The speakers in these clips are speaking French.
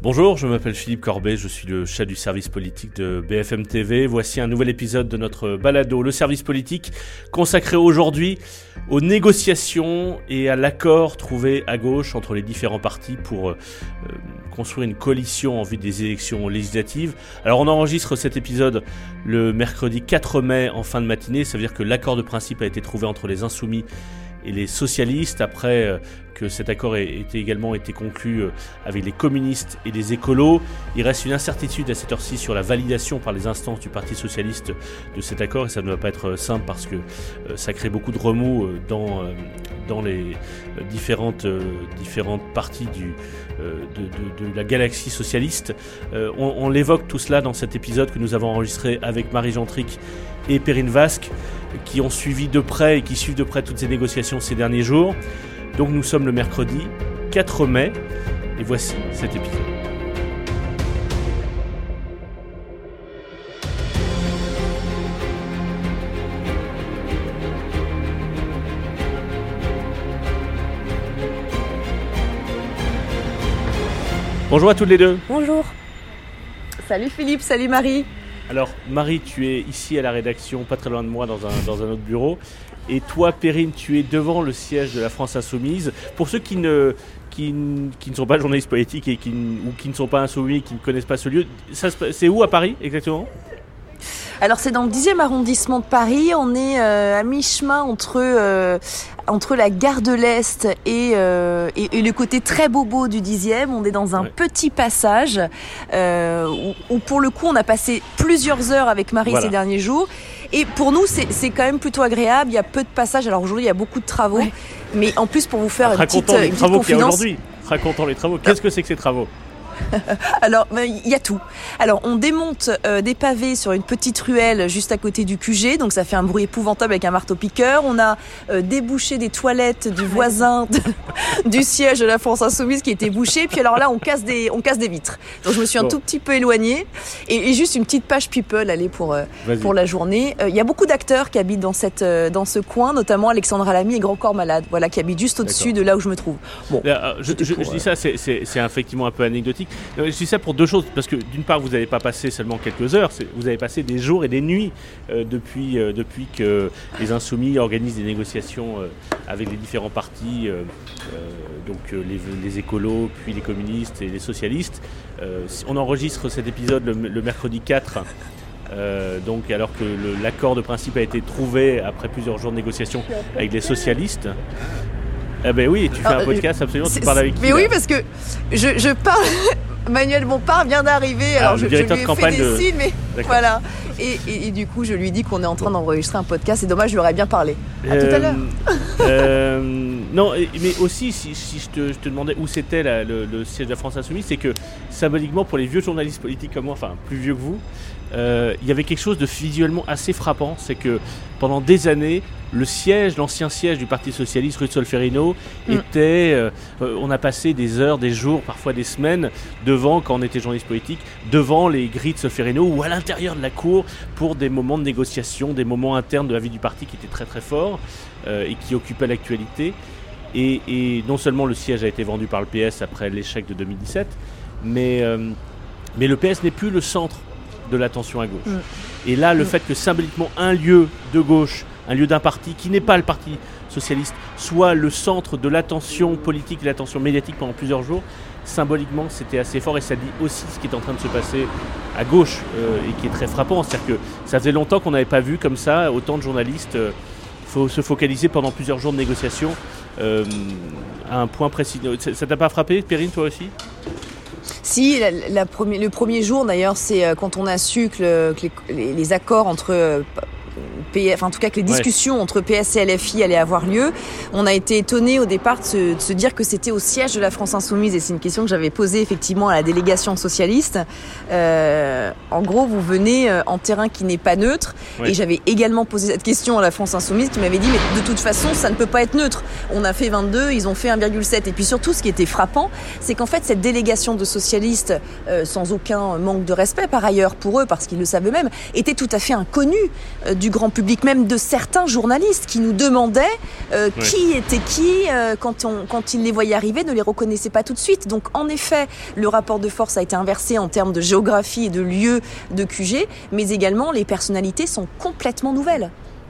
Bonjour, je m'appelle Philippe Corbet, je suis le chef du service politique de BFM TV. Voici un nouvel épisode de notre balado, le service politique, consacré aujourd'hui aux négociations et à l'accord trouvé à gauche entre les différents partis pour construire une coalition en vue des élections législatives. Alors on enregistre cet épisode le mercredi 4 mai en fin de matinée, ça veut dire que l'accord de principe a été trouvé entre les Insoumis et les socialistes, après que cet accord ait également été conclu avec les communistes et les écolos. Il reste une incertitude à cette heure-ci sur la validation par les instances du Parti socialiste de cet accord, et ça ne va pas être simple parce que ça crée beaucoup de remous dans les différentes parties de la galaxie socialiste. On l'évoque tout cela dans cet épisode que nous avons enregistré avec Marie Gentric et Perrine Vasque, qui ont suivi de près et qui suivent de près toutes ces négociations ces derniers jours. Donc nous sommes le mercredi 4 mai et voici cet épisode. Bonjour à toutes les deux. Bonjour. Salut Philippe, salut Marie. Alors Marie, tu es ici à la rédaction, pas très loin de moi, dans un autre bureau. Et toi, Perrine, tu es devant le siège de la France Insoumise. Pour ceux qui ne sont pas journalistes politiques et qui ne sont pas insoumis, qui ne connaissent pas ce lieu, c'est où à Paris exactement ? Alors c'est dans le 10e arrondissement de Paris, on est à mi-chemin entre la gare de l'Est et le côté très bobo du 10e. On est dans un petit passage où pour le coup on a passé plusieurs heures avec Marie ces derniers jours. Et pour nous c'est quand même plutôt agréable, il y a peu de passages. Alors aujourd'hui il y a beaucoup de travaux, mais en plus pour vous faire une petite confidence. Qu'il y a aujourd'hui. Racontons les travaux. Qu'est-ce que c'est que ces travaux ? Alors, il y a tout. Alors, on démonte des pavés sur une petite ruelle juste à côté du QG, donc ça fait un bruit épouvantable avec un marteau-piqueur. On a débouché des toilettes du voisin du siège de la France Insoumise qui était bouché. Puis alors là, on casse des vitres. Donc, je me suis un tout petit peu éloignée. Et juste une petite page people, allez, pour la journée. Il y a beaucoup d'acteurs qui habitent dans ce coin, notamment Alexandra Lamy et Grand Corps Malade, voilà, qui habitent juste au-dessus de là où je me trouve. Bon, je dis ça, c'est effectivement un peu anecdotique. Je dis ça pour deux choses, parce que d'une part vous n'avez pas passé seulement quelques heures, vous avez passé des jours et des nuits depuis que les Insoumis organisent des négociations avec les différents partis, les écolos, puis les communistes et les socialistes. On enregistre cet épisode le mercredi 4, donc alors que l'accord de principe a été trouvé après plusieurs jours de négociations avec les socialistes. Ah ben oui, tu fais un podcast absolument, tu parles avec qui ? Mais oui, parce que je parle... Manuel Bompard vient d'arriver, alors je lui ai fait des signes, mais voilà. Et du coup, je lui dis qu'on est en train d'enregistrer un podcast. C'est dommage, je lui aurais bien parlé. À tout à l'heure. Non, mais aussi, si je te demandais où c'était le siège de la France Insoumise, c'est que symboliquement, pour les vieux journalistes politiques comme moi, enfin plus vieux que vous, il y avait quelque chose de visuellement assez frappant. C'est que pendant des années, l'ancien siège du Parti Socialiste, rue de Solferino, était... on a passé des heures, des jours, parfois des semaines, devant, quand on était journaliste politique, devant les grilles de Solferino ou à l'intérieur de la cour pour des moments de négociation, des moments internes de la vie du parti qui étaient très très forts et qui occupaient l'actualité. Et non seulement le siège a été vendu par le PS après l'échec de 2017, mais le PS n'est plus le centre de l'attention à gauche. Et là, le fait que symboliquement un lieu de gauche, un lieu d'un parti qui n'est pas le Parti Socialiste, soit le centre de l'attention politique et l'attention médiatique pendant plusieurs jours, symboliquement c'était assez fort, et ça dit aussi ce qui est en train de se passer à gauche et qui est très frappant. C'est-à-dire que ça faisait longtemps qu'on n'avait pas vu comme ça autant de journalistes se focaliser pendant plusieurs jours de négociations à un point précis. Ça t'a pas frappé, Perrine, toi aussi ? Si, le premier jour d'ailleurs, c'est quand on a su que les accords entre en tout cas que les discussions entre PS et LFI allaient avoir lieu. On a été étonnés au départ de se dire que c'était au siège de la France Insoumise, et c'est une question que j'avais posée effectivement à la délégation socialiste. En gros, vous venez en terrain qui n'est pas neutre, et j'avais également posé cette question à la France Insoumise qui m'avait dit mais de toute façon ça ne peut pas être neutre. On a fait 22, ils ont fait 1,7. Et puis surtout ce qui était frappant, c'est qu'en fait cette délégation de socialistes, sans aucun manque de respect par ailleurs pour eux, parce qu'ils le savent eux-mêmes, était tout à fait inconnue du grand public. public, même de certains journalistes qui nous demandaient qui était qui quand ils les voyaient arriver, ne les reconnaissaient pas tout de suite. Donc en effet, le rapport de force a été inversé en termes de géographie et de lieu de QG, mais également les personnalités sont complètement nouvelles.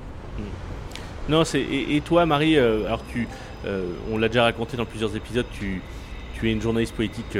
Non, et toi, Marie, alors on l'a déjà raconté dans plusieurs épisodes, tu es une journaliste politique,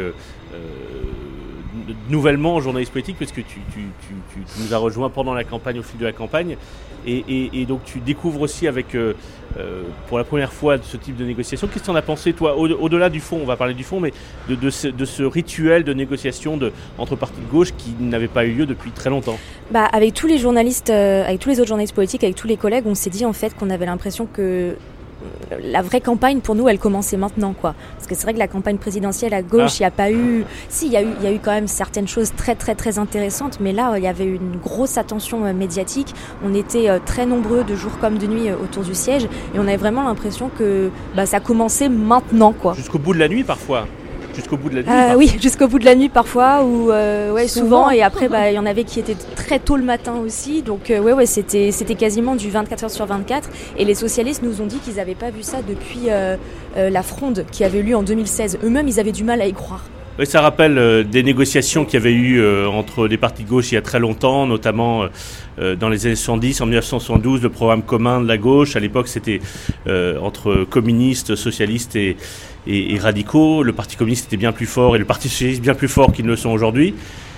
nouvellement journaliste politique, parce que tu nous as rejoint pendant la campagne, au fil de la campagne, et donc tu découvres aussi avec, pour la première fois, ce type de négociation. Qu'est-ce que tu en as pensé, toi, au-delà du fond, on va parler du fond, mais de ce rituel de négociation entre partis de gauche qui n'avait pas eu lieu depuis très longtemps? Avec tous les journalistes, avec tous les autres journalistes politiques, avec tous les collègues, on s'est dit en fait qu'on avait l'impression que la vraie campagne pour nous elle commençait maintenant quoi, parce que c'est vrai que la campagne présidentielle à gauche il n'y a pas eu, il y a eu quand même certaines choses très très très intéressantes, mais là il y avait une grosse attention médiatique, on était très nombreux de jour comme de nuit autour du siège et on avait vraiment l'impression que ça commençait maintenant quoi. Jusqu'au bout de la nuit parfois. Jusqu'au bout de la nuit Oui, jusqu'au bout de la nuit parfois, ou souvent, et après il y en avait qui étaient très tôt le matin aussi, donc c'était quasiment du 24 heures sur 24, et les socialistes nous ont dit qu'ils n'avaient pas vu ça depuis la fronde qui avait eu lieu en 2016, eux-mêmes ils avaient du mal à y croire. Oui, ça rappelle des négociations qu'il y avait eu entre les partis de gauche il y a très longtemps, notamment dans les années 70, en 1972, le programme commun de la gauche. À l'époque, c'était entre communistes, socialistes et radicaux. Le Parti communiste était bien plus fort et le Parti socialiste bien plus fort qu'ils ne le sont aujourd'hui.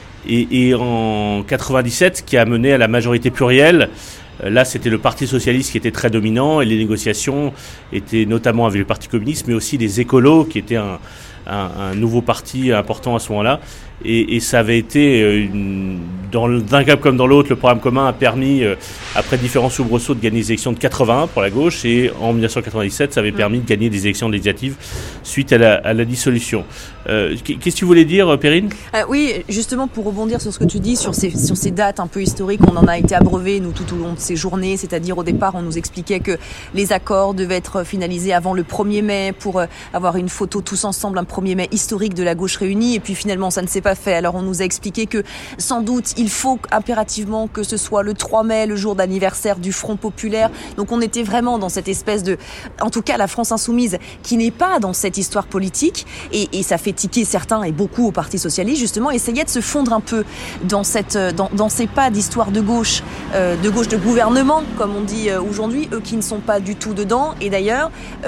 Et en 97, qui a mené à la majorité plurielle, là, c'était le Parti socialiste qui était très dominant et les négociations étaient notamment avec le Parti communiste, mais aussi les écolos qui étaient un nouveau parti important à ce moment-là, et ça avait été d'un cap comme dans l'autre, le programme commun a permis après différents soubresauts de gagner les élections de 81 pour la gauche, et en 1997 ça avait permis de gagner des élections législatives suite à la dissolution. Qu'est-ce que tu voulais dire, Perrine? Oui, justement pour rebondir sur ce que tu dis sur ces dates un peu historiques, on en a été abreuvés nous tout au long de ces journées, c'est-à-dire au départ on nous expliquait que les accords devaient être finalisés avant le 1er mai pour avoir une photo tous ensemble, un 1er mai historique de la gauche réunie, et puis finalement ça ne s'est pas fait. Alors on nous a expliqué que sans doute il faut impérativement que ce soit le 3 mai, le jour d'anniversaire du Front populaire. Donc on était vraiment dans cette espèce de, en tout cas la France insoumise, qui n'est pas dans cette histoire politique, et ça fait tiquer certains et beaucoup au Parti socialiste, justement, essayer de se fondre un peu dans ces pas d'histoire de gauche de gouvernement, comme on dit aujourd'hui, eux qui ne sont pas du tout dedans. Et d'ailleurs,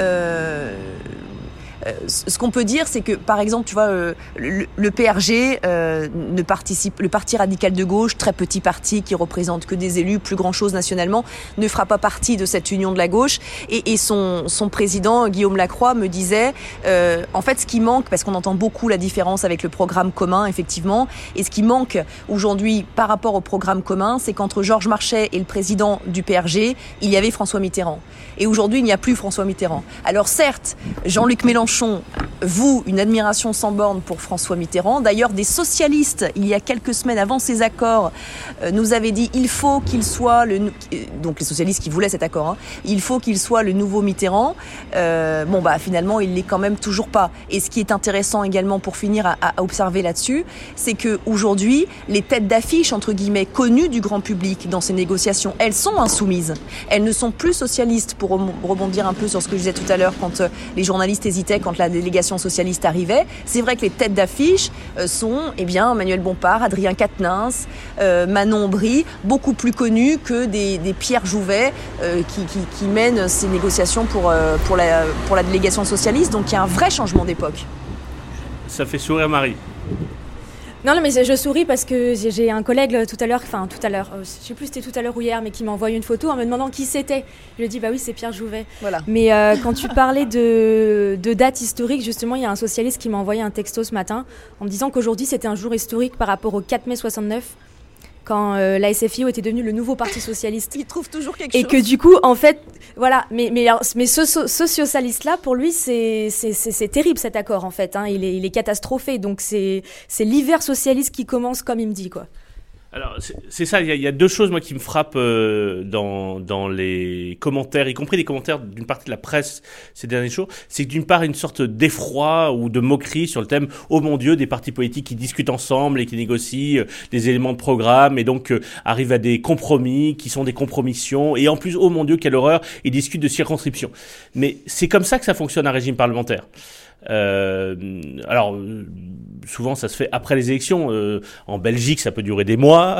ce qu'on peut dire, c'est que, par exemple, tu vois, le PRG ne participe, le Parti radical de gauche, très petit parti qui représente que des élus, plus grand chose nationalement, ne fera pas partie de cette union de la gauche. Et son président, Guillaume Lacroix, me disait, en fait, ce qui manque, parce qu'on entend beaucoup la différence avec le programme commun, effectivement, et ce qui manque aujourd'hui par rapport au programme commun, c'est qu'entre Georges Marchais et le président du PRG, il y avait François Mitterrand. Et aujourd'hui, il n'y a plus François Mitterrand. Alors certes, Jean-Luc Mélenchon, vous, une admiration sans borne pour François Mitterrand. D'ailleurs, des socialistes, il y a quelques semaines avant ces accords, nous avaient dit il faut qu'il soit donc les socialistes qui voulaient cet accord, il faut qu'il soit le nouveau Mitterrand. Finalement, il l'est quand même toujours pas. Et ce qui est intéressant également pour finir à observer là-dessus, c'est que aujourd'hui, les têtes d'affiche entre guillemets connues du grand public dans ces négociations, elles sont insoumises. Elles ne sont plus socialistes. Pour rebondir un peu sur ce que je disais tout à l'heure, quand les journalistes hésitaient quand la délégation socialiste arrivait, c'est vrai que les têtes d'affiche sont Manuel Bompard, Adrien Quatennens, Manon Aubry, beaucoup plus connus que des Pierre Jouvet qui mènent ces négociations pour la délégation socialiste. Donc il y a un vrai changement d'époque. Ça fait sourire Marie. Non, mais je souris parce que j'ai un collègue tout à l'heure, je sais plus si c'était tout à l'heure ou hier, mais qui m'a envoyé une photo en me demandant qui c'était. Je lui ai dit, oui, c'est Pierre Jouvet. Voilà. Mais quand tu parlais de dates historiques, justement, il y a un socialiste qui m'a envoyé un texto ce matin en me disant qu'aujourd'hui, c'était un jour historique par rapport au 4 mai 69, quand la SFIO était devenue le nouveau Parti socialiste. Il trouve toujours quelque chose. Et que du coup, en fait, voilà. Mais ce socialiste-là, pour lui, c'est terrible cet accord, en fait. Il est catastrophé. Donc c'est l'hiver socialiste qui commence, comme il me dit, quoi. Alors c'est ça, il y a deux choses moi qui me frappent dans les commentaires, y compris les commentaires d'une partie de la presse ces derniers jours, c'est que d'une part une sorte d'effroi ou de moquerie sur le thème oh mon Dieu des partis politiques qui discutent ensemble et qui négocient des éléments de programme et donc arrivent à des compromis qui sont des compromissions et en plus oh mon Dieu quelle horreur, ils discutent de circonscription. Mais c'est comme ça que ça fonctionne un régime parlementaire. Alors souvent ça se fait après les élections. En Belgique ça peut durer des mois,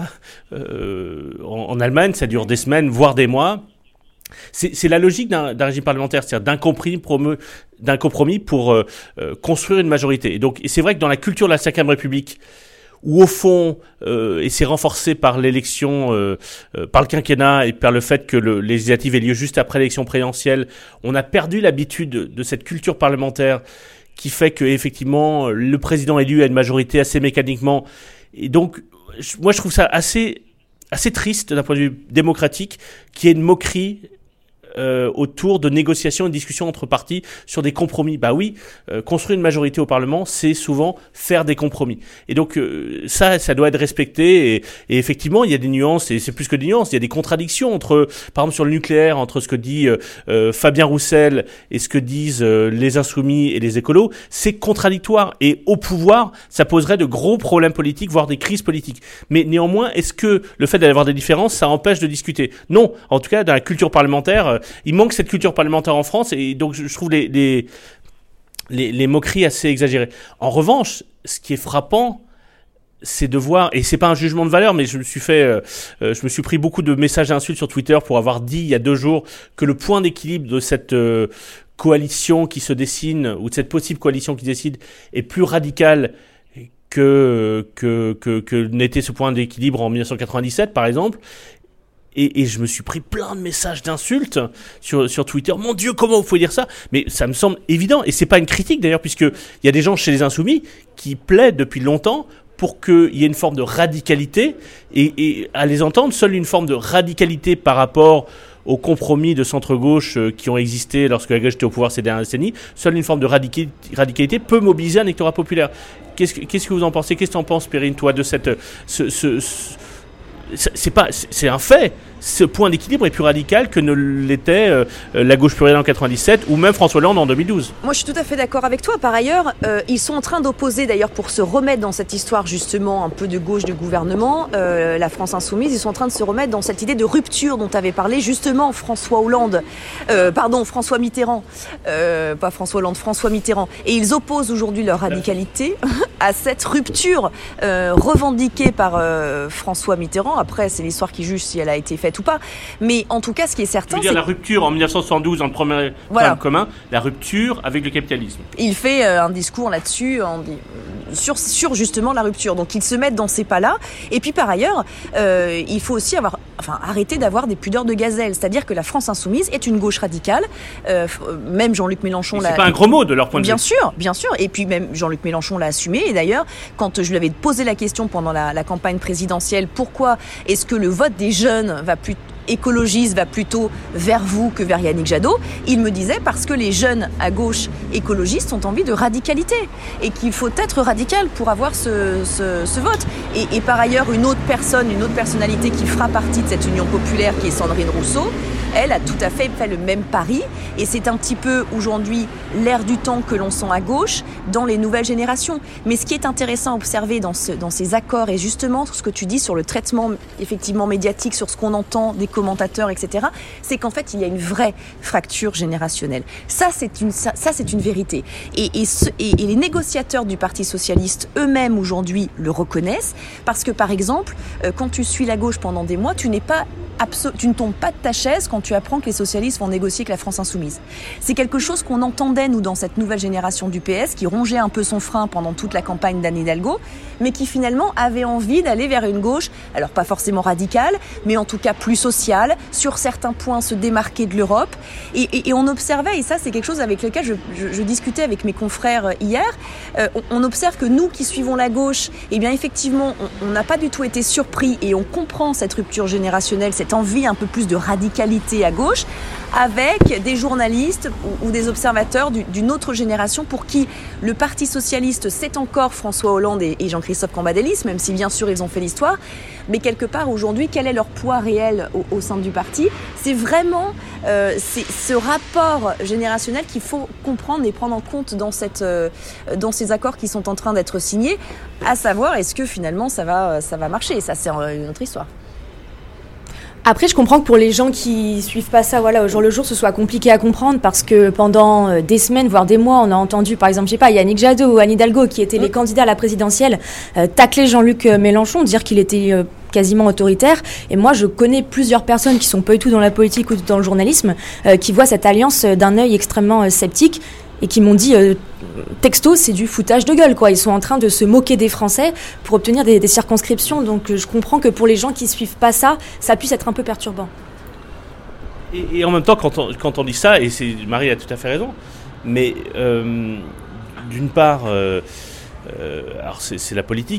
en Allemagne ça dure des semaines voire des mois. C'est la logique d'un régime parlementaire, c'est-à-dire d'un compromis pour construire une majorité. Et donc c'est vrai que dans la culture de la Cinquième République, où au fond, et c'est renforcé par l'élection, par le quinquennat et par le fait que le législatif ait lieu juste après l'élection présidentielle, on a perdu l'habitude de cette culture parlementaire qui fait que effectivement le président élu a une majorité assez mécaniquement. Et donc, moi je trouve ça assez triste d'un point de vue démocratique qu'il y ait une moquerie autour de négociations et de discussions entre partis sur des compromis. Bah oui, construire une majorité au Parlement, c'est souvent faire des compromis. Et donc ça doit être respecté. Et effectivement, il y a des nuances, et c'est plus que des nuances, il y a des contradictions entre, par exemple sur le nucléaire, entre ce que dit Fabien Roussel et ce que disent les Insoumis et les écolos. C'est contradictoire. Et au pouvoir, ça poserait de gros problèmes politiques, voire des crises politiques. Mais néanmoins, est-ce que le fait d'avoir des différences, ça empêche de discuter ? Non. En tout cas, dans la culture parlementaire, il manque cette culture parlementaire en France et donc je trouve les moqueries assez exagérées. En revanche, ce qui est frappant, c'est de voir, et c'est pas un jugement de valeur, mais je me suis pris beaucoup de messages d'insultes sur Twitter pour avoir dit il y a 2 jours que le point d'équilibre de cette coalition qui se dessine, ou de cette possible coalition qui se décide, est plus radical que n'était ce point d'équilibre en 1997, par exemple. Et je me suis pris plein de messages d'insultes sur Twitter. Mon Dieu, comment vous pouvez dire ça ? Mais ça me semble évident. Et c'est pas une critique d'ailleurs, puisque il y a des gens chez les Insoumis qui plaident depuis longtemps pour qu'il y ait une forme de radicalité. Et à les entendre, seule une forme de radicalité par rapport aux compromis de centre-gauche qui ont existé lorsque la gauche était au pouvoir ces dernières décennies, seule une forme de radicalité peut mobiliser un électorat populaire. Qu'est-ce que vous en pensez ? Qu'est-ce que tu en penses, Perrine, toi, de cette... c'est un fait. Ce point d'équilibre est plus radical que ne l'était la gauche plurielle en 97 ou même François Hollande en 2012. Moi, je suis tout à fait d'accord avec toi. Par ailleurs, ils sont en train d'opposer, d'ailleurs, pour se remettre dans cette histoire justement un peu de gauche du gouvernement, la France insoumise, ils sont en train de se remettre dans cette idée de rupture dont avait parlé justement François Mitterrand. Pas François Hollande, François Mitterrand. Et ils opposent aujourd'hui leur radicalité à cette rupture revendiquée par François Mitterrand. Après, c'est l'histoire qui juge si elle a été faite ou pas. Mais en tout cas, ce qui est certain, c'est... la rupture en 1972, en premier plan commun, la rupture avec le capitalisme. Il fait un discours là-dessus, sur justement la rupture. Donc, ils se mettent dans ces pas-là. Et puis, par ailleurs, il faut aussi arrêter d'avoir des pudeurs de gazelle. C'est-à-dire que la France insoumise est une gauche radicale. Même Jean-Luc Mélenchon l'a... C'est pas un gros mot de leur point de vue. Bien sûr. Et puis, même Jean-Luc Mélenchon l'a assumé. Et d'ailleurs, quand je lui avais posé la question pendant la campagne présidentielle, pourquoi est-ce que le vote des jeunes écologiste va plutôt vers vous que vers Yannick Jadot, il me disait parce que les jeunes à gauche écologistes ont envie de radicalité et qu'il faut être radical pour avoir ce vote. Et par ailleurs, une autre personnalité qui fera partie de cette union populaire qui est Sandrine Rousseau, elle a tout à fait le même pari et c'est un petit peu aujourd'hui l'air du temps que l'on sent à gauche dans les nouvelles générations. Mais ce qui est intéressant à observer dans ces accords et justement ce que tu dis sur le traitement effectivement médiatique, sur ce qu'on entend des commentateurs, etc., c'est qu'en fait il y a une vraie fracture générationnelle. Ça c'est une vérité. Et les négociateurs du Parti socialiste eux-mêmes aujourd'hui le reconnaissent parce que par exemple quand tu suis la gauche pendant des mois, tu ne tombes pas de ta chaise quand tu apprends que les socialistes vont négocier avec la France insoumise. C'est quelque chose qu'on entendait, nous, dans cette nouvelle génération du PS, qui rongeait un peu son frein pendant toute la campagne d'Anne Hidalgo, mais qui finalement avait envie d'aller vers une gauche, alors pas forcément radicale, mais en tout cas plus sociale, sur certains points se démarquer de l'Europe. Et on observait, et ça c'est quelque chose avec lequel je discutais avec mes confrères hier, on observe que nous qui suivons la gauche, eh bien effectivement, on n'a pas du tout été surpris et on comprend cette rupture générationnelle, cette cette envie un peu plus de radicalité à gauche, avec des journalistes ou des observateurs d'une autre génération pour qui le Parti socialiste, c'est encore François Hollande et Jean-Christophe Cambadélis, même si bien sûr ils ont fait l'histoire. Mais quelque part aujourd'hui, quel est leur poids réel au sein du parti ? C'est vraiment ce rapport générationnel qu'il faut comprendre et prendre en compte dans ces accords qui sont en train d'être signés, à savoir est-ce que finalement ça va marcher. Ça, c'est une autre histoire. Après, je comprends que pour les gens qui suivent pas ça, voilà, au jour le jour, ce soit compliqué à comprendre parce que pendant des semaines, voire des mois, on a entendu, par exemple, je sais pas, Yannick Jadot ou Anne Hidalgo, qui étaient les candidats à la présidentielle, tacler Jean-Luc Mélenchon, dire qu'il était quasiment autoritaire. Et moi, je connais plusieurs personnes qui sont pas du tout dans la politique ou dans le journalisme, qui voient cette alliance d'un œil extrêmement sceptique et qui m'ont dit texto, c'est du foutage de gueule, quoi. Ils sont en train de se moquer des Français pour obtenir des circonscriptions. Donc je comprends que pour les gens qui suivent pas ça, ça puisse être un peu perturbant. Et en même temps, quand on dit ça, et Marie a tout à fait raison, mais d'une part, alors c'est la politique,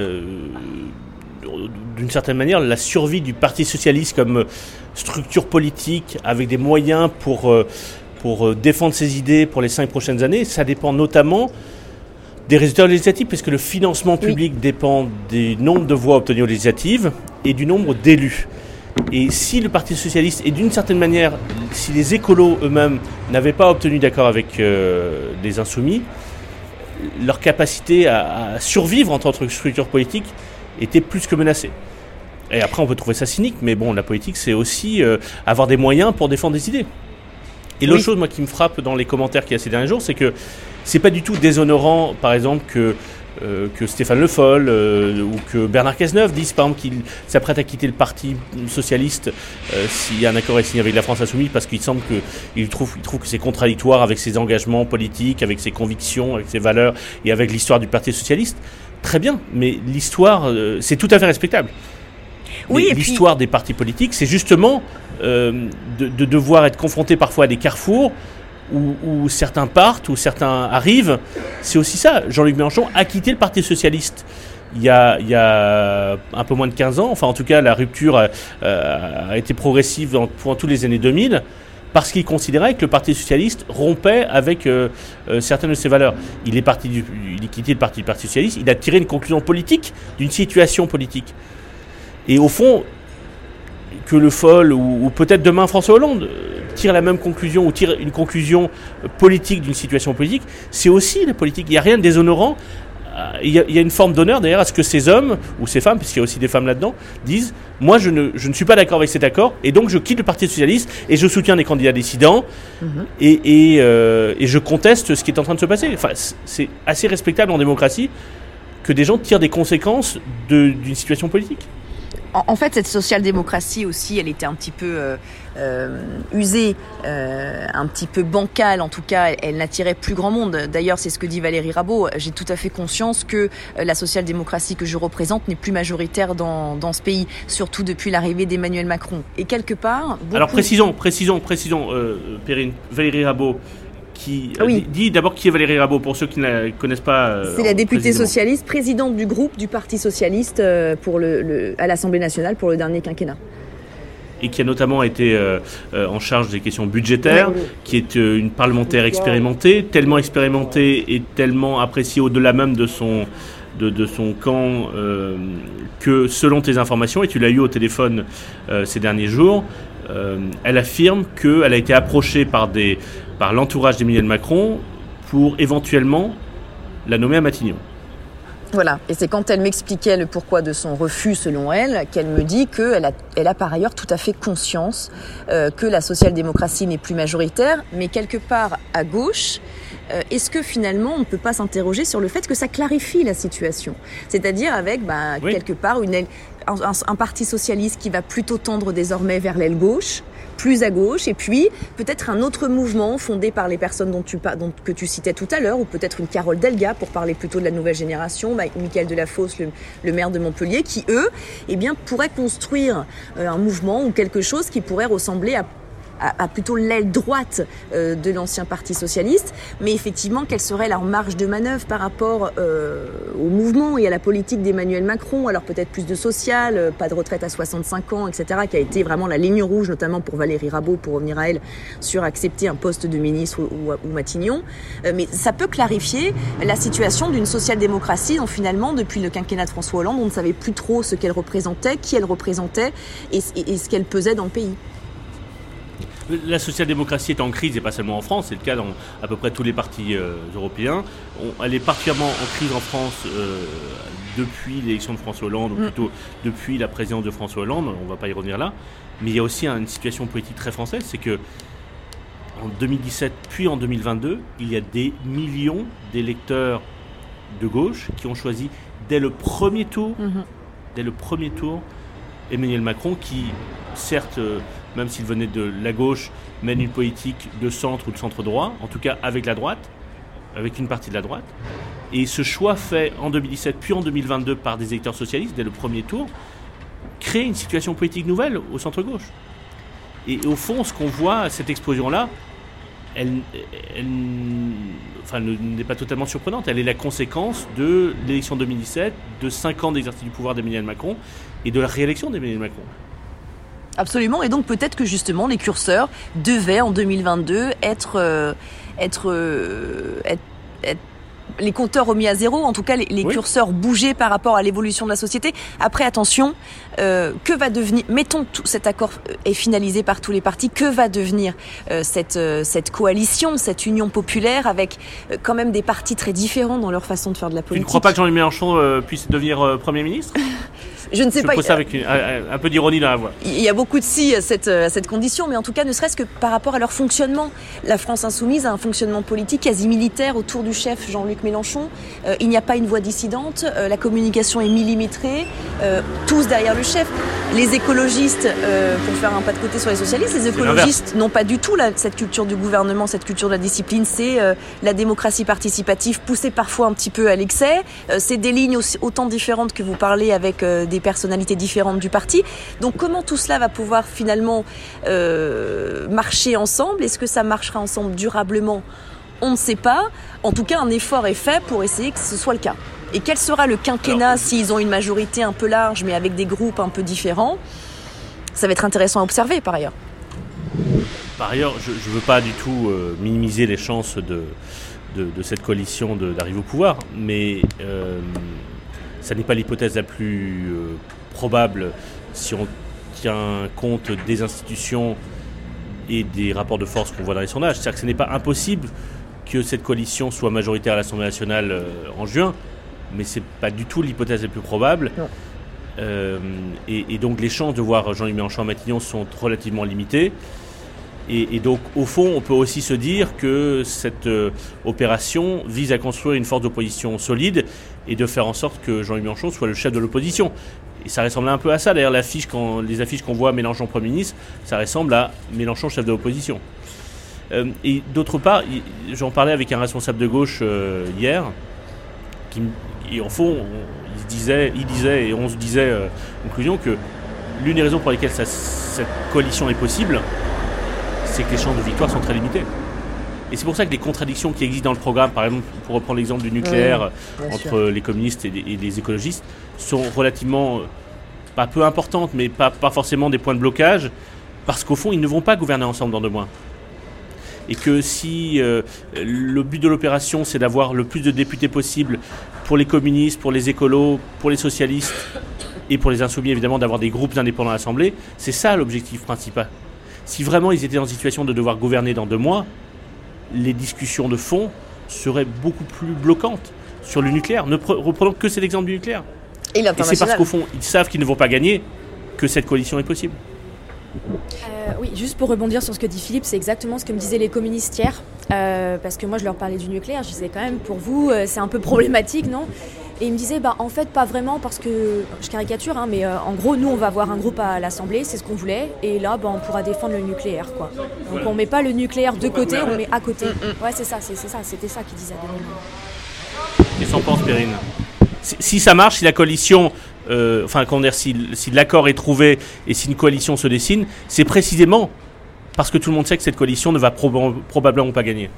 d'une certaine manière, la survie du Parti socialiste comme structure politique avec des moyens pour défendre ses idées pour les 5 prochaines années, ça dépend notamment des résultats législatifs, puisque le financement public dépend du nombre de voix obtenues aux législatives et du nombre d'élus. Et si le Parti socialiste, et d'une certaine manière, si les écolos eux-mêmes n'avaient pas obtenu d'accord avec les insoumis, leur capacité à survivre en tant que structure politique était plus que menacée. Et après, on peut trouver ça cynique, mais bon, la politique, c'est aussi avoir des moyens pour défendre des idées. Et l'autre chose, moi, qui me frappe dans les commentaires qu'il y a ces derniers jours, c'est que c'est pas du tout déshonorant, par exemple, que Stéphane Le Foll ou que Bernard Cazeneuve disent, par exemple, qu'il s'apprête à quitter le Parti socialiste s'il y a un accord est signé avec la France insoumise, parce qu'il semble qu'il trouve que c'est contradictoire avec ses engagements politiques, avec ses convictions, avec ses valeurs et avec l'histoire du Parti socialiste. Très bien, mais l'histoire, c'est tout à fait respectable. Oui, et l'histoire des partis politiques, c'est justement de devoir être confronté parfois à des carrefours où certains partent, où certains arrivent. C'est aussi ça. Jean-Luc Mélenchon a quitté le Parti socialiste il y a un peu moins de 15 ans. Enfin, en tout cas, la rupture a été progressive pendant toutes les années 2000 parce qu'il considérait que le Parti socialiste rompait avec certaines de ses valeurs. Il est quitté le Parti socialiste. Il a tiré une conclusion politique d'une situation politique. Et au fond, que Le Foll ou peut-être demain François Hollande tire la même conclusion ou tire une conclusion politique d'une situation politique, c'est aussi la politique. Il n'y a rien de déshonorant. Il y a une forme d'honneur d'ailleurs à ce que ces hommes ou ces femmes, puisqu'il y a aussi des femmes là-dedans, disent « Moi, je ne suis pas d'accord avec cet accord et donc je quitte le Parti socialiste et je soutiens les candidats dissidents et je conteste ce qui est en train de se passer. » Enfin, c'est assez respectable en démocratie que des gens tirent des conséquences d'une situation politique. En fait, cette social-démocratie aussi, elle était un petit peu usée, un petit peu bancale. En tout cas, elle n'attirait plus grand monde. D'ailleurs, c'est ce que dit Valérie Rabault. J'ai tout à fait conscience que la social-démocratie que je représente n'est plus majoritaire dans ce pays, surtout depuis l'arrivée d'Emmanuel Macron. Et quelque part... Alors précisons, Perrine, Valérie Rabault, dis d'abord qui est Valérie Rabault pour ceux qui ne la connaissent pas. C'est la députée socialiste, présidente du groupe du Parti socialiste à l'Assemblée nationale pour le dernier quinquennat. Et qui a notamment été en charge des questions budgétaires, qui est une parlementaire expérimentée, tellement expérimentée et tellement appréciée au-delà même de son camp que selon tes informations, et tu l'as eu au téléphone ces derniers jours, elle affirme qu'elle a été approchée par l'entourage d'Emmanuel Macron pour éventuellement la nommer à Matignon. Voilà, et c'est quand elle m'expliquait le pourquoi de son refus selon elle, qu'elle me dit qu'elle a par ailleurs tout à fait conscience que la social-démocratie n'est plus majoritaire, mais quelque part à gauche, est-ce que finalement on ne peut pas s'interroger sur le fait que ça clarifie la situation ? C'est-à-dire avec quelque part un parti socialiste qui va plutôt tendre désormais vers l'aile gauche, plus à gauche, et puis peut-être un autre mouvement fondé par les personnes que tu citais tout à l'heure, ou peut-être une Carole Delga pour parler plutôt de la nouvelle génération, Mickaël Delafosse, le maire de Montpellier, qui eux, pourraient construire un mouvement ou quelque chose qui pourrait ressembler à à plutôt l'aile droite de l'ancien Parti socialiste, mais effectivement, quelle serait leur marge de manœuvre par rapport au mouvement et à la politique d'Emmanuel Macron? Alors peut-être plus de social, pas de retraite à 65 ans, etc., qui a été vraiment la ligne rouge, notamment pour Valérie Rabault, pour revenir à elle, sur accepter un poste de ministre ou Matignon. Mais ça peut clarifier la situation d'une social-démocratie dont finalement, depuis le quinquennat de François Hollande, on ne savait plus trop ce qu'elle représentait, qui elle représentait et ce qu'elle pesait dans le pays. La social-démocratie est en crise, et pas seulement en France, c'est le cas dans à peu près tous les partis européens. Elle est particulièrement en crise en France depuis l'élection de François Hollande, ou plutôt depuis la présidence de François Hollande, on ne va pas y revenir là. Mais il y a aussi une situation politique très française, c'est que en 2017 puis en 2022, il y a des millions d'électeurs de gauche qui ont choisi dès le premier tour Emmanuel Macron, qui certes, même s'il venait de la gauche, mène une politique de centre ou de centre-droit, en tout cas avec la droite, avec une partie de la droite. Et ce choix fait en 2017 puis en 2022 par des électeurs socialistes, dès le premier tour, crée une situation politique nouvelle au centre-gauche. Et au fond, ce qu'on voit, cette explosion-là, elle n'est pas totalement surprenante. Elle est la conséquence de l'élection 2017, de 5 ans d'exercice du pouvoir d'Emmanuel Macron et de la réélection d'Emmanuel Macron. Absolument, et donc peut-être que justement les curseurs devaient en 2022 être les compteurs remis à zéro, en tout cas les curseurs bouger par rapport à l'évolution de la société. Après, attention, que va devenir, mettons tout cet accord est finalisé par tous les partis, que va devenir cette coalition, cette union populaire avec quand même des partis très différents dans leur façon de faire de la politique. Tu ne crois pas que Jean-Luc Mélenchon puisse devenir Premier ministre ? Je ne sais pas. Je pose ça avec un peu d'ironie dans la voix. Il y a beaucoup de si à cette condition, mais en tout cas, ne serait-ce que par rapport à leur fonctionnement. La France insoumise a un fonctionnement politique quasi militaire autour du chef Jean-Luc Mélenchon. Il n'y a pas une voix dissidente. La communication est millimétrée. Tous derrière le chef. Les écologistes, pour faire un pas de côté sur les socialistes, les écologistes n'ont pas du tout cette culture du gouvernement, cette culture de la discipline. C'est la démocratie participative poussée parfois un petit peu à l'excès. C'est des lignes autant différentes que vous parlez avec des personnalités différentes du parti. Donc comment tout cela va pouvoir finalement marcher ensemble? Est-ce que ça marchera ensemble durablement? On ne sait pas. En tout cas, un effort est fait pour essayer que ce soit le cas. Et quel sera le quinquennat s'ils ont une majorité un peu large mais avec des groupes un peu différents? Ça va être intéressant à observer par ailleurs. Par ailleurs, je ne veux pas du tout minimiser les chances de cette coalition d'arriver au pouvoir, mais ça n'est pas l'hypothèse la plus probable si on tient compte des institutions et des rapports de force qu'on voit dans les sondages. C'est-à-dire que ce n'est pas impossible que cette coalition soit majoritaire à l'Assemblée nationale en juin, mais ce n'est pas du tout l'hypothèse la plus probable. Et donc les chances de voir Jean-Luc Mélenchon à Matignon sont relativement limitées. Et donc, au fond, on peut aussi se dire que cette opération vise à construire une force d'opposition solide et de faire en sorte que Jean-Luc Mélenchon soit le chef de l'opposition. Et ça ressemble un peu à ça. D'ailleurs, les affiches qu'on voit Mélenchon Premier ministre, ça ressemble à Mélenchon chef de l'opposition. Et d'autre part, j'en parlais avec un responsable de gauche hier, et en fond, il disait, et on se disait, en conclusion, que l'une des raisons pour lesquelles cette coalition est possible, c'est que les chances de victoire sont très limitées. Et c'est pour ça que les contradictions qui existent dans le programme, par exemple, pour reprendre l'exemple du nucléaire, entre les communistes et les écologistes, sont relativement, pas peu importantes, mais pas forcément des points de blocage, parce qu'au fond, ils ne vont pas gouverner ensemble dans 2 mois. Et que si le but de l'opération, c'est d'avoir le plus de députés possible pour les communistes, pour les écolos, pour les socialistes et pour les insoumis, évidemment, d'avoir des groupes indépendants à l'Assemblée, c'est ça l'objectif principal. Si vraiment ils étaient en situation de devoir gouverner dans 2 mois, les discussions de fond seraient beaucoup plus bloquantes sur le nucléaire. Ne reprenons que cet exemple du nucléaire. Et c'est parce qu'au fond, ils savent qu'ils ne vont pas gagner que cette coalition est possible. Oui, juste pour rebondir sur ce que dit Philippe, c'est exactement ce que me disaient les communistes hier. Parce que moi, je leur parlais du nucléaire. Je disais quand même, pour vous, c'est un peu problématique, non ? Et ils me disaient, en fait, pas vraiment, parce que, je caricature, mais en gros, nous, on va avoir un groupe à l'Assemblée, c'est ce qu'on voulait, et là, on pourra défendre le nucléaire, quoi. Donc, on met pas le nucléaire de côté, on met à côté. Ouais, c'est ça, c'était ça qu'ils disaient. Qu'est-ce qu'on pense, Perrine ? Si ça marche, si la coalition, si l'accord est trouvé et si une coalition se dessine, c'est précisément parce que tout le monde sait que cette coalition ne va probablement pas gagner.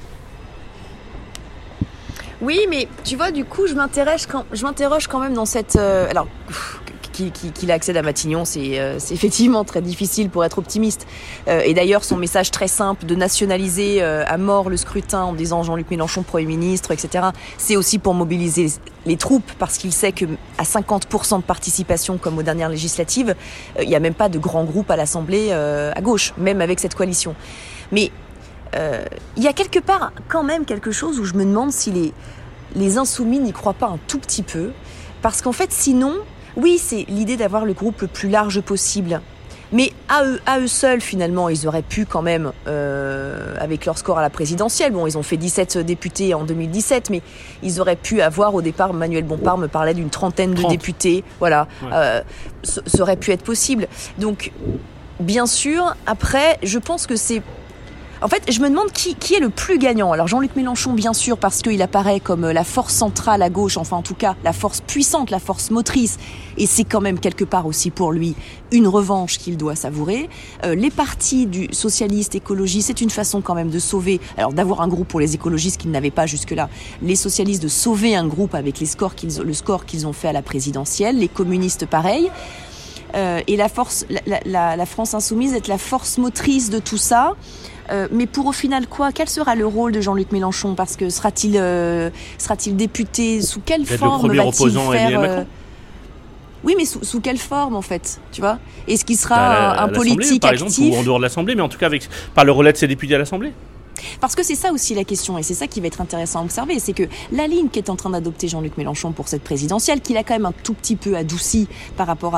Oui, mais tu vois, du coup, je m'interroge quand même dans cette... alors, qu'il accède à Matignon, c'est effectivement très difficile pour être optimiste. Et d'ailleurs, son message très simple de nationaliser à mort le scrutin en disant Jean-Luc Mélenchon Premier ministre, etc., c'est aussi pour mobiliser les troupes, parce qu'il sait que à 50% de participation, comme aux dernières législatives, il n'y a même pas de grand groupe à l'Assemblée à gauche, même avec cette coalition. Mais il y a quelque part quand même quelque chose où je me demande si les insoumis n'y croient pas un tout petit peu, parce qu'en fait, sinon... Oui, c'est l'idée d'avoir le groupe le plus large possible. Mais à eux seuls, finalement, ils auraient pu quand même, avec leur score à la présidentielle, bon, ils ont fait 17 députés en 2017, mais ils auraient pu avoir, au départ, Manuel Bompard me parlait d'une 30aine de députés. Voilà, ouais. Ça aurait pu être possible. Donc, bien sûr, après, je pense que c'est... En fait, je me demande qui est le plus gagnant. Alors Jean-Luc Mélenchon, bien sûr, parce qu'il apparaît comme la force centrale à gauche, enfin en tout cas la force puissante, la force motrice. Et c'est quand même quelque part aussi pour lui une revanche qu'il doit savourer. Les partis du socialiste, écologiste, c'est une façon quand même de sauver, alors d'avoir un groupe pour les écologistes qu'ils n'avaient pas jusque-là, les socialistes de sauver un groupe avec le score qu'ils ont fait à la présidentielle, les communistes pareil. Et la France insoumise est la force motrice de tout ça. Mais pour au final quoi ? Quel sera le rôle de Jean-Luc Mélenchon ? Parce que sera-t-il député ? Sous quelle forme va-t-il faire Oui, mais sous quelle forme en fait ? Tu vois ? Est-ce qu'il sera un politique par actif exemple, ou en dehors de l'Assemblée, mais en tout cas par le relais de ses députés à l'Assemblée ? Parce que c'est ça aussi la question, et c'est ça qui va être intéressant à observer, c'est que la ligne qu'est en train d'adopter Jean-Luc Mélenchon pour cette présidentielle, qu'il a quand même un tout petit peu adouci par rapport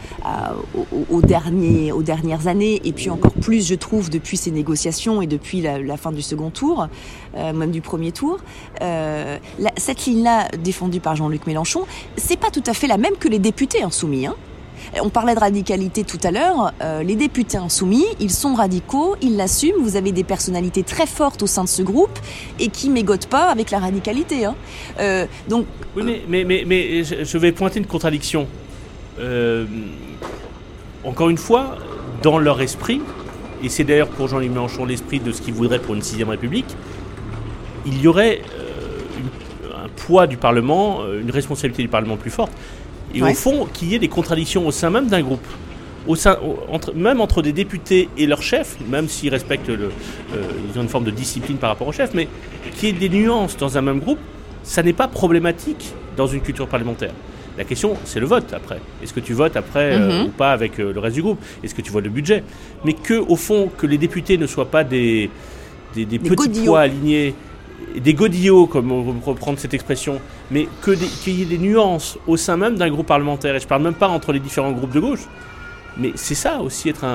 aux dernières années, et puis encore plus, je trouve, depuis ces négociations et depuis la fin du second tour, même du premier tour, cette ligne-là défendue par Jean-Luc Mélenchon, c'est pas tout à fait la même que les députés insoumis, hein. On parlait de radicalité tout à l'heure. Les députés insoumis, ils sont radicaux, ils l'assument. Vous avez des personnalités très fortes au sein de ce groupe et qui mégotent pas avec la radicalité. Hein. Donc. Oui, mais je vais pointer une contradiction. Encore une fois, dans leur esprit, et c'est d'ailleurs pour Jean-Luc Mélenchon l'esprit de ce qu'il voudrait pour une 6ème République, il y aurait un poids du Parlement, une responsabilité du Parlement plus forte. Et au fond, qu'il y ait des contradictions au sein même d'un groupe, même entre des députés et leur chef, même s'ils respectent, ils ont une forme de discipline par rapport au chef, mais qu'il y ait des nuances dans un même groupe, ça n'est pas problématique dans une culture parlementaire. La question, c'est le vote après. Est-ce que tu votes après ou pas avec le reste du groupe ? Est-ce que tu votes le budget ? Mais au fond, que les députés ne soient pas des petits pois alignés, des godillots, comme on va reprendre cette expression, mais qu'il y ait des nuances au sein même d'un groupe parlementaire. Et je ne parle même pas entre les différents groupes de gauche. Mais c'est ça aussi, être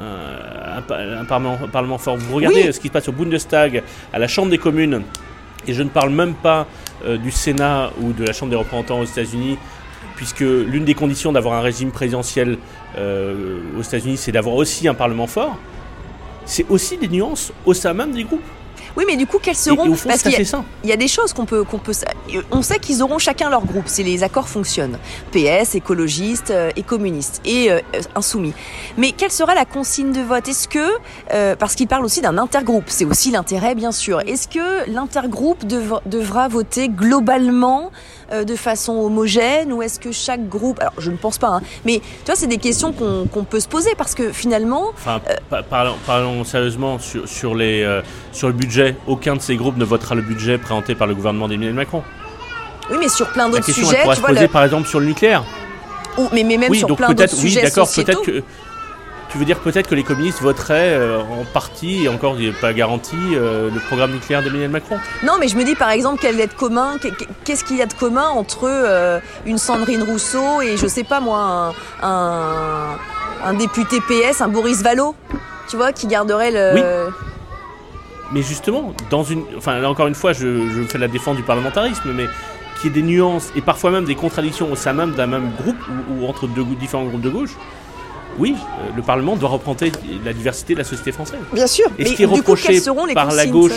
un parlement fort. Vous regardez ce qui se passe au Bundestag, à la Chambre des communes, et je ne parle même pas du Sénat ou de la Chambre des représentants aux États-Unis, puisque l'une des conditions d'avoir un régime présidentiel aux États-Unis, c'est d'avoir aussi un parlement fort. C'est aussi des nuances au sein même des groupes. Oui, mais du coup, quels seront... Et au fond, parce qu'il y a des choses qu'on peut... On sait qu'ils auront chacun leur groupe, si les accords fonctionnent. PS, écologistes et communistes, et insoumis. Mais quelle sera la consigne de vote ? Est-ce que... parce qu'ils parlent aussi d'un intergroupe, c'est aussi l'intérêt, bien sûr. Est-ce que l'intergroupe devra voter globalement de façon homogène, ou est-ce que chaque groupe... Alors, je ne pense pas, hein, mais tu vois, c'est des questions qu'on peut se poser, parce que finalement... Enfin, parlons sérieusement sur le budget. Aucun de ces groupes ne votera le budget présenté par le gouvernement d'Emmanuel Macron. Oui, mais sur plein d'autres sujets... La question, elle pourra se poser, par exemple, sur le nucléaire. Mais même sur plein d'autres sujets d'accord, sociétaux. Peut-être que... Tu veux dire peut-être que les communistes voteraient en partie, et encore il n'est pas garanti, le programme nucléaire d'Emmanuel Macron ? Non, mais je me dis par exemple quel est de commun, qu'est-ce qu'il y a de commun entre une Sandrine Rousseau et je sais pas moi un député PS, un Boris Vallaud, tu vois, qui garderait le... Oui. Mais justement, là encore une fois, je fais la défense du parlementarisme, mais qu'il y ait des nuances et parfois même des contradictions au sein même d'un même groupe ou entre différents groupes de gauche. Oui, le Parlement doit représenter la diversité de la société française. Bien sûr, et ce qui est reproché par la gauche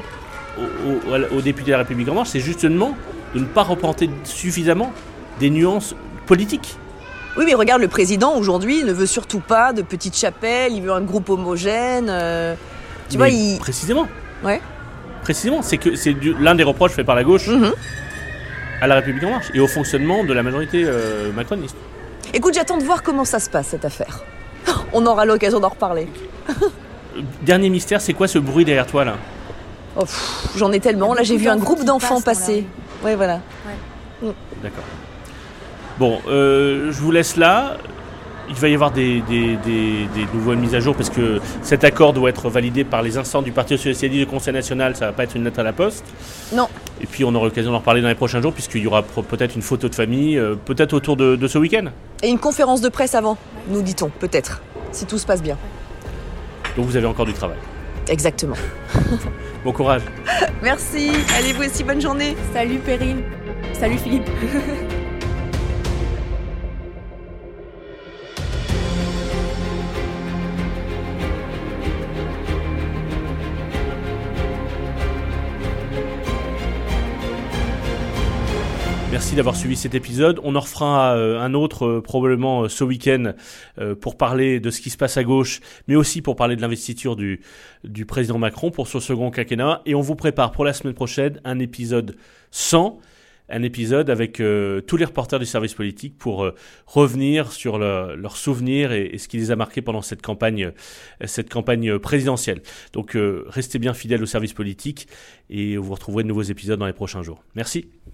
aux députés de la République en marche, c'est justement de ne pas représenter suffisamment des nuances politiques. Oui, mais regarde, le président, aujourd'hui, ne veut surtout pas de petites chapelles, il veut un groupe homogène. Tu vois, Précisément. Ouais. Précisément, c'est que l'un des reproches faits par la gauche à la République En Marche et au fonctionnement de la majorité macroniste. Écoute, j'attends de voir comment ça se passe, cette affaire. On aura l'occasion d'en reparler. Dernier mystère, c'est quoi ce bruit derrière toi, là ? Oh, j'en ai tellement. Là, j'ai vu un groupe d'enfants passer. Ouais, voilà. Ouais. D'accord. Bon, je vous laisse là. Il va y avoir des nouvelles mises à jour parce que cet accord doit être validé par les instances du Parti socialiste du Conseil national. Ça va pas être une lettre à la poste. Non. Et puis on aura l'occasion d'en reparler dans les prochains jours puisqu'il y aura peut-être une photo de famille, peut-être autour de ce week-end. Et une conférence de presse avant, nous dit-on, peut-être, si tout se passe bien. Donc vous avez encore du travail. Exactement. Bon courage. Merci. Allez, vous aussi, bonne journée. Salut Perrine. Salut Philippe. Merci d'avoir suivi cet épisode. On en refera un autre probablement ce week-end pour parler de ce qui se passe à gauche, mais aussi pour parler de l'investiture du président Macron pour son second quinquennat. Et on vous prépare pour la semaine prochaine un épisode 100, un épisode avec tous les reporters du service politique pour revenir sur leurs souvenirs et ce qui les a marqués pendant cette campagne présidentielle. Donc restez bien fidèles au service politique et vous retrouverez de nouveaux épisodes dans les prochains jours. Merci.